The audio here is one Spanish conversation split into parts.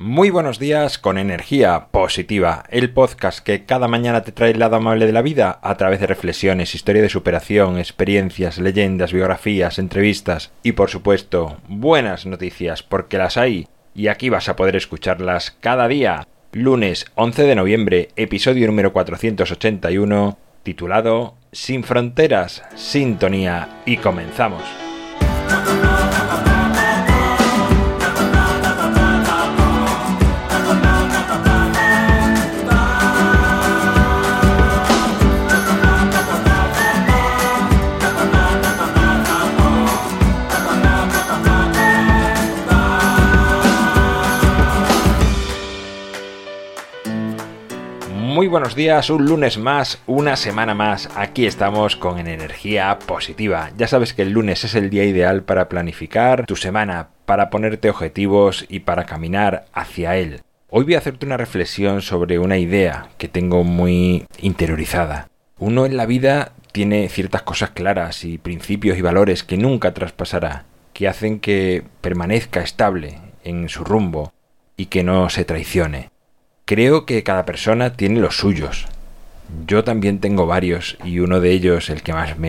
Muy buenos días con energía positiva, el podcast que cada mañana te trae el lado amable de la vida a través de reflexiones, historia de superación, experiencias, leyendas, biografías, entrevistas y por supuesto buenas noticias porque las hay y aquí vas a poder escucharlas cada día. Lunes 11 de noviembre, episodio número 481, titulado Sin fronteras, sintonía y comenzamos. Muy buenos días, un lunes más, una semana más, aquí estamos con energía positiva. Ya sabes que el lunes es el día ideal para planificar tu semana, para ponerte objetivos y para caminar hacia él. Hoy voy a hacerte una reflexión sobre una idea que tengo muy interiorizada. Uno en la vida tiene ciertas cosas claras y principios y valores que nunca traspasará, que hacen que permanezca estable en su rumbo y que no se traicione. Creo que cada persona tiene los suyos. Yo también tengo varios y uno de ellos, de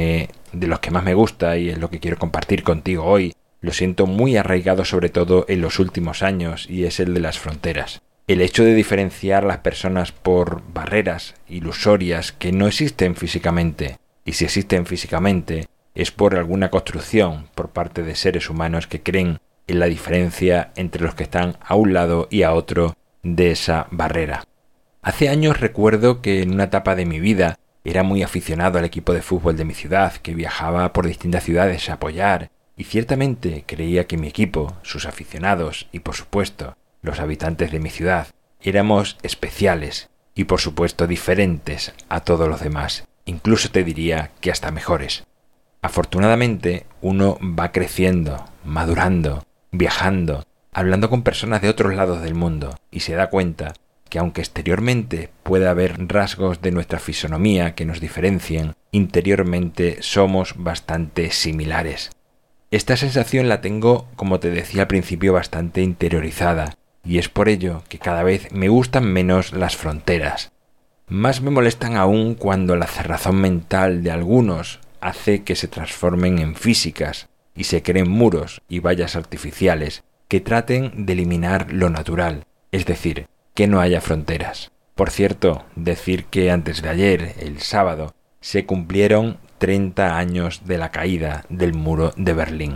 los que más me gusta y es lo que quiero compartir contigo hoy, lo siento muy arraigado sobre todo en los últimos años y es el de las fronteras. El hecho de diferenciar a las personas por barreras ilusorias que no existen físicamente y si existen físicamente es por alguna construcción por parte de seres humanos que creen en la diferencia entre los que están a un lado y a otro de esa barrera. Hace años recuerdo que en una etapa de mi vida era muy aficionado al equipo de fútbol de mi ciudad, que viajaba por distintas ciudades a apoyar, y ciertamente creía que mi equipo, sus aficionados y por supuesto los habitantes de mi ciudad, éramos especiales y por supuesto diferentes a todos los demás, incluso te diría que hasta mejores. Afortunadamente uno va creciendo, madurando, viajando, hablando con personas de otros lados del mundo y se da cuenta que aunque exteriormente pueda haber rasgos de nuestra fisonomía que nos diferencien, interiormente somos bastante similares. Esta sensación la tengo, como te decía al principio, bastante interiorizada y es por ello que cada vez me gustan menos las fronteras. Más me molestan aún cuando la cerrazón mental de algunos hace que se transformen en físicas y se creen muros y vallas artificiales que traten de eliminar lo natural, es decir, que no haya fronteras. Por cierto, decir que antes de ayer, el sábado, se cumplieron 30 años de la caída del muro de Berlín.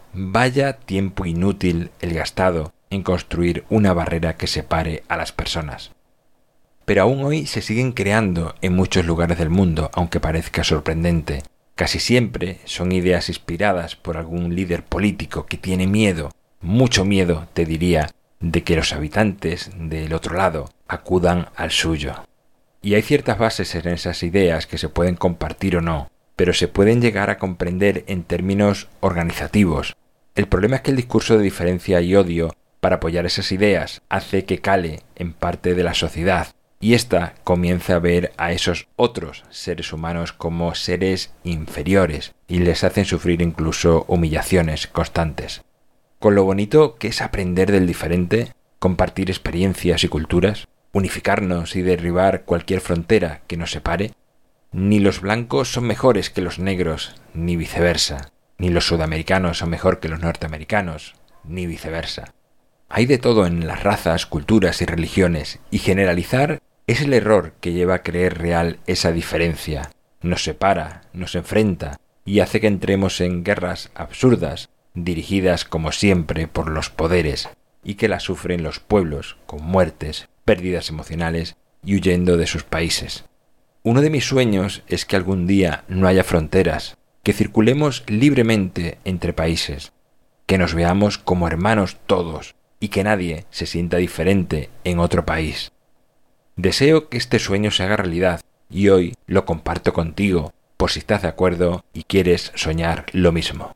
Vaya tiempo inútil el gastado en construir una barrera que separe a las personas. Pero aún hoy se siguen creando en muchos lugares del mundo, aunque parezca sorprendente. Casi siempre son ideas inspiradas por algún líder político que tiene miedo, mucho miedo, te diría, de que los habitantes del otro lado acudan al suyo. Y hay ciertas bases en esas ideas que se pueden compartir o no, pero se pueden llegar a comprender en términos organizativos. El problema es que el discurso de diferencia y odio para apoyar esas ideas hace que cale en parte de la sociedad y ésta comienza a ver a esos otros seres humanos como seres inferiores y les hacen sufrir incluso humillaciones constantes. Con lo bonito que es aprender del diferente, compartir experiencias y culturas, unificarnos y derribar cualquier frontera que nos separe. Ni los blancos son mejores que los negros, ni viceversa. Ni los sudamericanos son mejor que los norteamericanos, ni viceversa. Hay de todo en las razas, culturas y religiones, y generalizar es el error que lleva a creer real esa diferencia. Nos separa, nos enfrenta y hace que entremos en guerras absurdas, dirigidas como siempre por los poderes y que las sufren los pueblos con muertes, pérdidas emocionales y huyendo de sus países. Uno de mis sueños es que algún día no haya fronteras, que circulemos libremente entre países, que nos veamos como hermanos todos y que nadie se sienta diferente en otro país. Deseo que este sueño se haga realidad y hoy lo comparto contigo por si estás de acuerdo y quieres soñar lo mismo.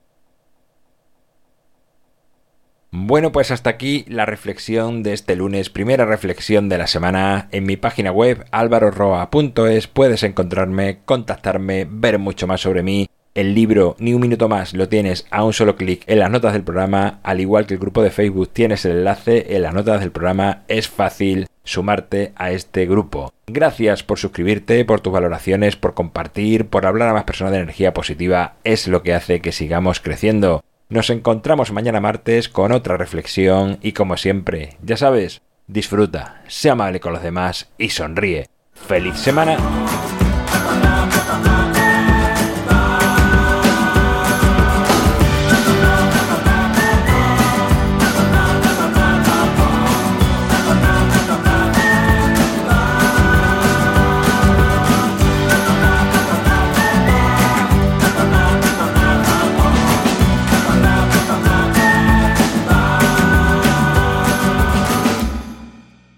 Bueno, pues hasta aquí la reflexión de este lunes, primera reflexión de la semana. En mi página web alvaroroa.es puedes encontrarme, contactarme, ver mucho más sobre mí El libro Ni un minuto más lo tienes a un solo clic en las notas del programa, al igual que el grupo de Facebook tienes el enlace en las notas del programa. Es fácil sumarte a este grupo. Gracias por suscribirte, por tus valoraciones, por compartir, por hablar a más personas de energía positiva. Es lo que hace que sigamos creciendo. Nos encontramos mañana martes con otra reflexión y como siempre, ya sabes, disfruta, sé amable con los demás y sonríe. ¡Feliz semana!